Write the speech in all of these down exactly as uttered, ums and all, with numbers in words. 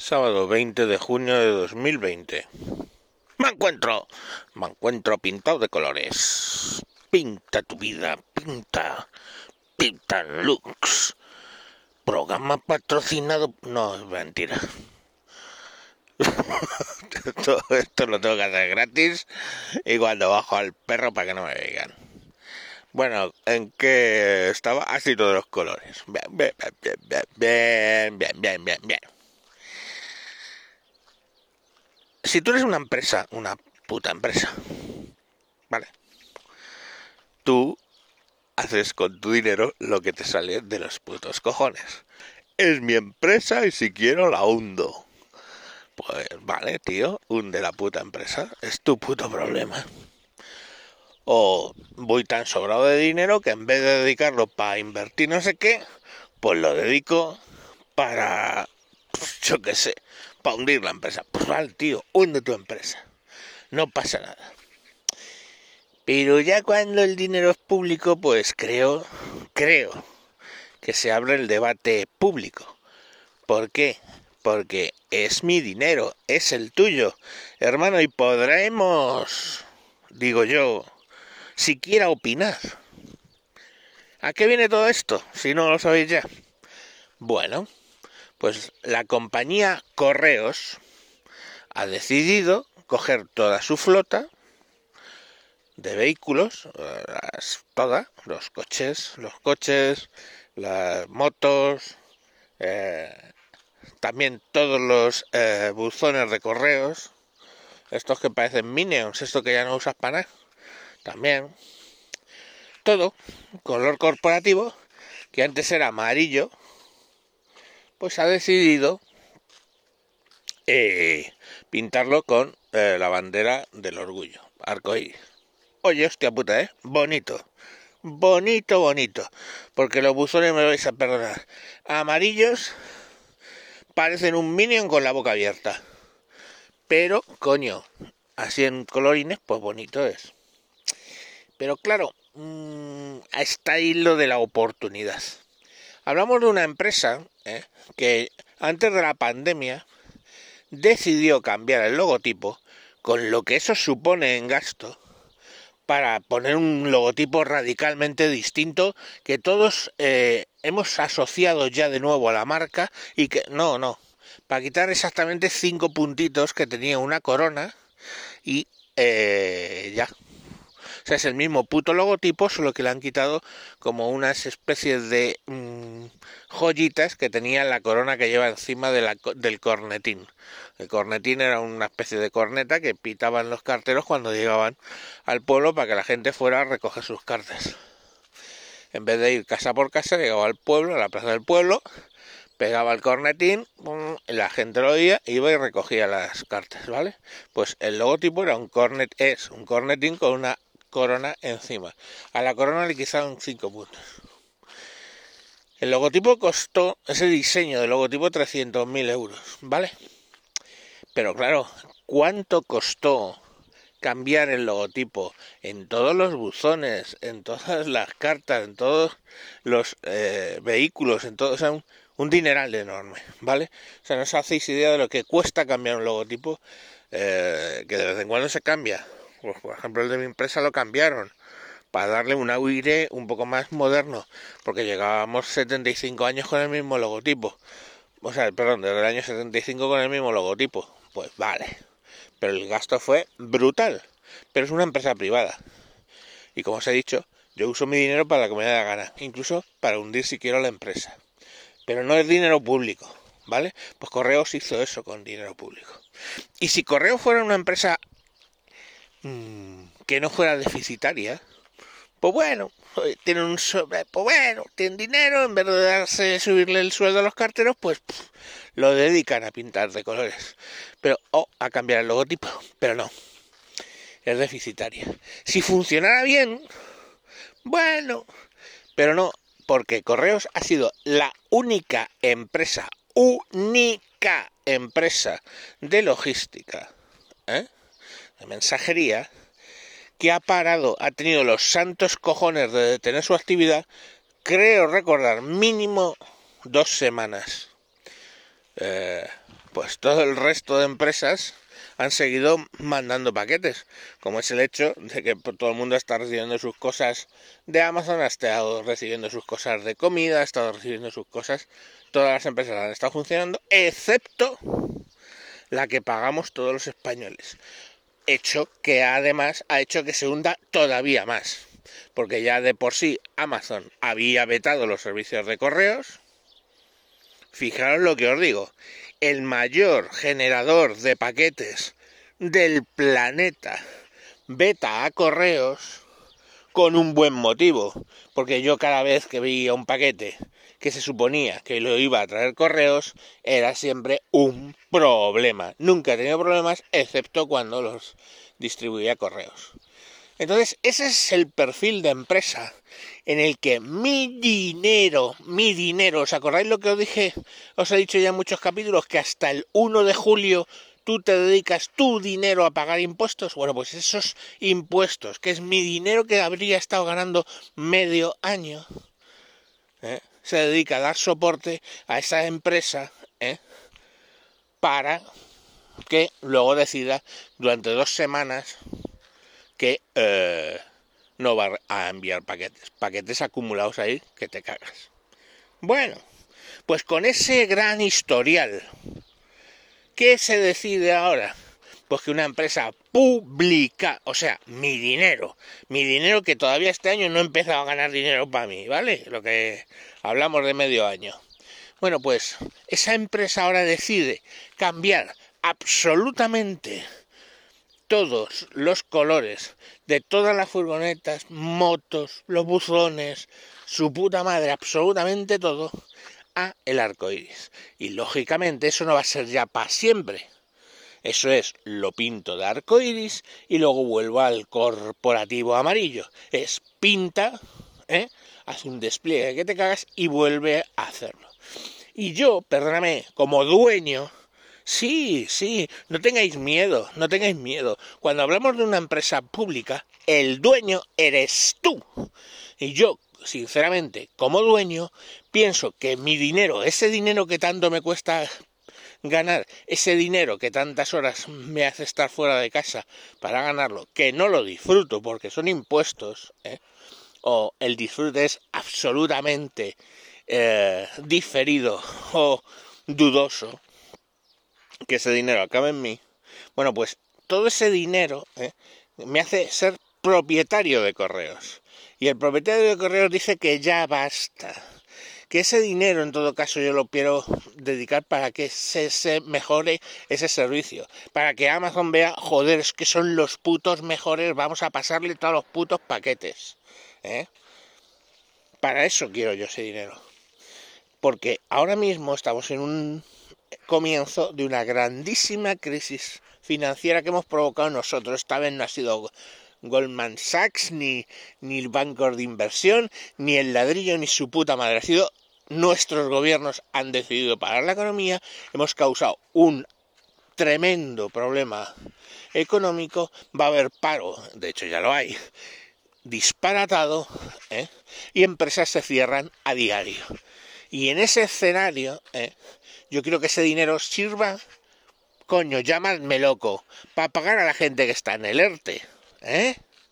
Sábado veinte de junio de dos mil veinte. Me encuentro, me encuentro pintado de colores. Pinta tu vida, pinta, pinta looks. Programa patrocinado, no, es mentira. Todo esto lo tengo que hacer gratis y cuando bajo al perro para que no me vean. Bueno, ¿en qué estaba? Así todos los colores. Bien, bien, bien, bien, bien, bien, bien, bien, bien. Si tú eres una empresa, una puta empresa, ¿vale? Tú haces con tu dinero lo que te sale de los putos cojones. Es mi empresa y si quiero la hundo. Pues vale, tío, hunde la puta empresa. Es tu puto problema. O voy tan sobrado de dinero que en vez de dedicarlo para invertir no sé qué, pues lo dedico para, pues, yo qué sé, para hundir la empresa. Pues vale, tío, hunde tu empresa. No pasa nada. Pero ya cuando el dinero es público, pues creo, creo que se abre el debate público. ¿Por qué? Porque es mi dinero, es el tuyo, hermano, y podremos, digo yo, siquiera opinar. ¿A qué viene todo esto? Si no lo sabéis ya. Bueno, pues la compañía Correos ha decidido coger toda su flota de vehículos, las, todas, los coches, los coches, las motos, eh, también todos los eh, buzones de correos, estos que parecen Minions, esto que ya no usas para nada, también, todo, color corporativo, que antes era amarillo, pues ha decidido eh, pintarlo con eh, la bandera del orgullo, arcoíris. Oye, hostia puta, ¿eh? Bonito. Bonito, bonito. Porque los buzones, me vais a perdonar, amarillos parecen un Minion con la boca abierta. Pero, coño, así en colorines, pues bonito es. Pero claro, mmm, está ahí lo de la oportunidad. Hablamos de una empresa ¿eh? que antes de la pandemia decidió cambiar el logotipo, con lo que eso supone en gasto, para poner un logotipo radicalmente distinto que todos eh, hemos asociado ya de nuevo a la marca y que no, no, para quitar exactamente cinco puntitos que tenía una corona y eh, ya. O sea, es el mismo puto logotipo, solo que le han quitado como unas especies de mmm, joyitas que tenía la corona que lleva encima de la, del cornetín. El cornetín era una especie de corneta que pitaban los carteros cuando llegaban al pueblo para que la gente fuera a recoger sus cartas. En vez de ir casa por casa, llegaba al pueblo, a la plaza del pueblo, pegaba el cornetín, la gente lo oía, iba y recogía las cartas, ¿vale? Pues el logotipo era un cornet, es un cornetín con una corona encima. A la corona le quitaron cinco puntos. El logotipo costó, ese diseño de logotipo, trescientos mil euros, ¿vale? Pero claro, ¿cuánto costó cambiar el logotipo en todos los buzones, en todas las cartas, en todos los eh, vehículos, en todo, o sea, un, un dineral enorme, ¿vale? O sea, no os hacéis idea de lo que cuesta cambiar un logotipo, eh, que de vez en cuando se cambia. Pues, por ejemplo, el de mi empresa lo cambiaron para darle un aire un poco más moderno, porque llegábamos setenta y cinco años con el mismo logotipo. O sea, perdón, desde el año setenta y cinco con el mismo logotipo. Pues vale. Pero el gasto fue brutal. Pero es una empresa privada. Y como os he dicho, yo uso mi dinero para lo que me da la gana. Incluso para hundir si quiero la empresa. Pero no es dinero público, ¿vale? Pues Correos hizo eso con dinero público. Y si Correos fuera una empresa mmm, que no fuera deficitaria, pues bueno, tienen un sobre, pues bueno, tienen dinero, en vez de darse, subirle el sueldo a los carteros, pues pff, lo dedican a pintar de colores. Pero, o oh, a cambiar el logotipo, pero no, es deficitaria. Si funcionara bien, bueno, pero no, porque Correos ha sido la única empresa, única empresa de logística, ¿eh? de mensajería, que ha parado, ha tenido los santos cojones de detener su actividad, creo recordar, mínimo dos semanas. Eh, pues todo el resto de empresas han seguido mandando paquetes, como es el hecho de que todo el mundo está recibiendo sus cosas de Amazon, ha estado recibiendo sus cosas de comida, ha estado recibiendo sus cosas, todas las empresas han estado funcionando, excepto la que pagamos todos los españoles, hecho que además ha hecho que se hunda todavía más, porque ya de por sí Amazon había vetado los servicios de correos. Fijaros lo que os digo, el mayor generador de paquetes del planeta veta a correos con un buen motivo, porque yo cada vez que veía un paquete que se suponía que lo iba a traer correos, era siempre un problema. Nunca he tenido problemas, excepto cuando los distribuía correos. Entonces, ese es el perfil de empresa en el que mi dinero, mi dinero, ¿os acordáis lo que os dije? Os he dicho ya en muchos capítulos que hasta el uno de julio tú te dedicas tu dinero a pagar impuestos. Bueno, pues esos impuestos, que es mi dinero que habría estado ganando medio año, ¿eh? se dedica a dar soporte a esa empresa, ¿eh? para que luego decida durante dos semanas que eh, no va a enviar paquetes, paquetes acumulados ahí que te cagas. Bueno, pues con ese gran historial, ¿qué se decide ahora? Pues que una empresa pública, o sea, mi dinero, mi dinero que todavía este año no he empezado a ganar dinero para mí, ¿vale? Lo que hablamos de medio año. Bueno, pues esa empresa ahora decide cambiar absolutamente todos los colores de todas las furgonetas, motos, los buzones, su puta madre, absolutamente todo, a el arco iris. Y lógicamente eso no va a ser ya para siempre. Eso es, lo pinto de arco iris y luego vuelvo al corporativo amarillo. Es pinta, ¿eh? hace un despliegue que te cagas y vuelve a hacerlo. Y yo, perdóname, como dueño, sí, sí, no tengáis miedo, no tengáis miedo. Cuando hablamos de una empresa pública, el dueño eres tú. Y yo, sinceramente, como dueño, pienso que mi dinero, ese dinero que tanto me cuesta ganar, ese dinero que tantas horas me hace estar fuera de casa para ganarlo, que no lo disfruto porque son impuestos, ¿eh? o el disfrute es absolutamente eh, diferido o dudoso, que ese dinero acabe en mí, bueno, pues todo ese dinero ¿eh? me hace ser propietario de correos. Y el propietario de correos dice que ya basta. Que ese dinero, en todo caso, yo lo quiero dedicar para que se, se mejore ese servicio. Para que Amazon vea, joder, es que son los putos mejores, vamos a pasarle todos los putos paquetes. ¿eh? Para eso quiero yo ese dinero. Porque ahora mismo estamos en un comienzo de una grandísima crisis financiera que hemos provocado nosotros. Esta vez no ha sido Goldman Sachs, ni, ni el banco de inversión, ni el ladrillo, ni su puta madre. Ha sido nuestros gobiernos han decidido parar la economía, hemos causado un tremendo problema económico, va a haber paro, de hecho ya lo hay, disparatado, ¿eh? y empresas se cierran a diario. Y en ese escenario, ¿eh? yo quiero que ese dinero sirva, coño, llamadme loco, para pagar a la gente que está en el ERTE, ¿eh?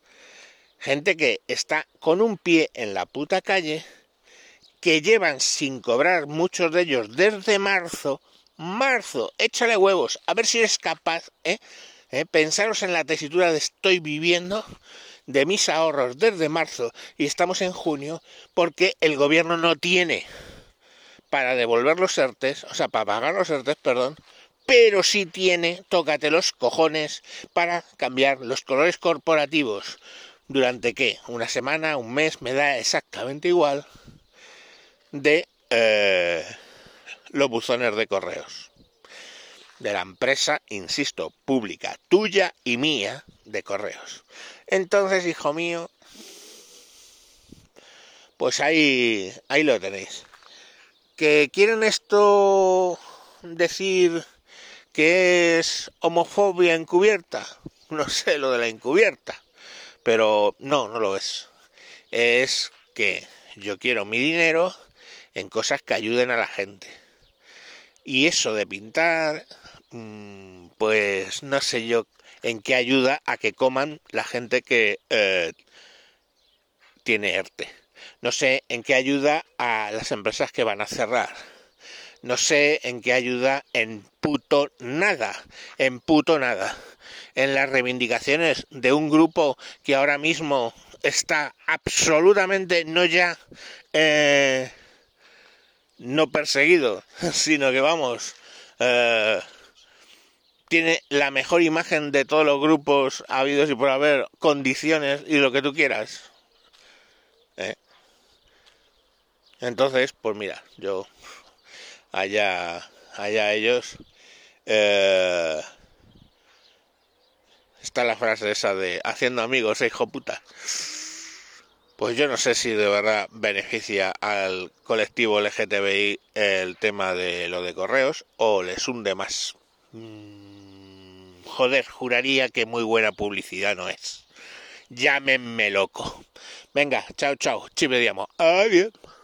Gente que está con un pie en la puta calle, que llevan sin cobrar muchos de ellos desde marzo, marzo, échale huevos, a ver si eres capaz, ¿eh? ¿eh? Pensaros en la tesitura de estoy viviendo de mis ahorros desde marzo y estamos en junio porque el gobierno no tiene para devolver los ERTES, o sea, para pagar los ERTES, perdón, pero sí tiene, tócate los cojones, para cambiar los colores corporativos. ¿Durante qué? ¿Una semana? ¿Un mes? Me da exactamente igual. De eh, los buzones de correos. De la empresa, insisto, pública, tuya y mía, de correos. Entonces, hijo mío, pues ahí, ahí lo tenéis. ¿Que quieren esto decir que es homofobia encubierta? No sé lo de la encubierta, pero no, no lo es. Es que yo quiero mi dinero en cosas que ayuden a la gente. Y eso de pintar, mmm, pues no sé yo en qué ayuda a que coman la gente que eh, tiene ERTE. No sé en qué ayuda a las empresas que van a cerrar. No sé en qué ayuda en puto nada. En puto nada. En las reivindicaciones de un grupo que ahora mismo está absolutamente no ya eh, no perseguido, sino que vamos, eh, tiene la mejor imagen de todos los grupos habidos y por haber, condiciones y lo que tú quieras. ¿Eh? Entonces, pues mira, yo allá, allá ellos. Eh, está la frase esa de haciendo amigos, eh, hijo puta. Pues yo no sé si de verdad beneficia al colectivo L G T B I el tema de lo de correos o les hunde más. Mm, joder, juraría que muy buena publicidad no es. Llámenme loco. Venga, chao, chao. Ci vediamo. Adiós.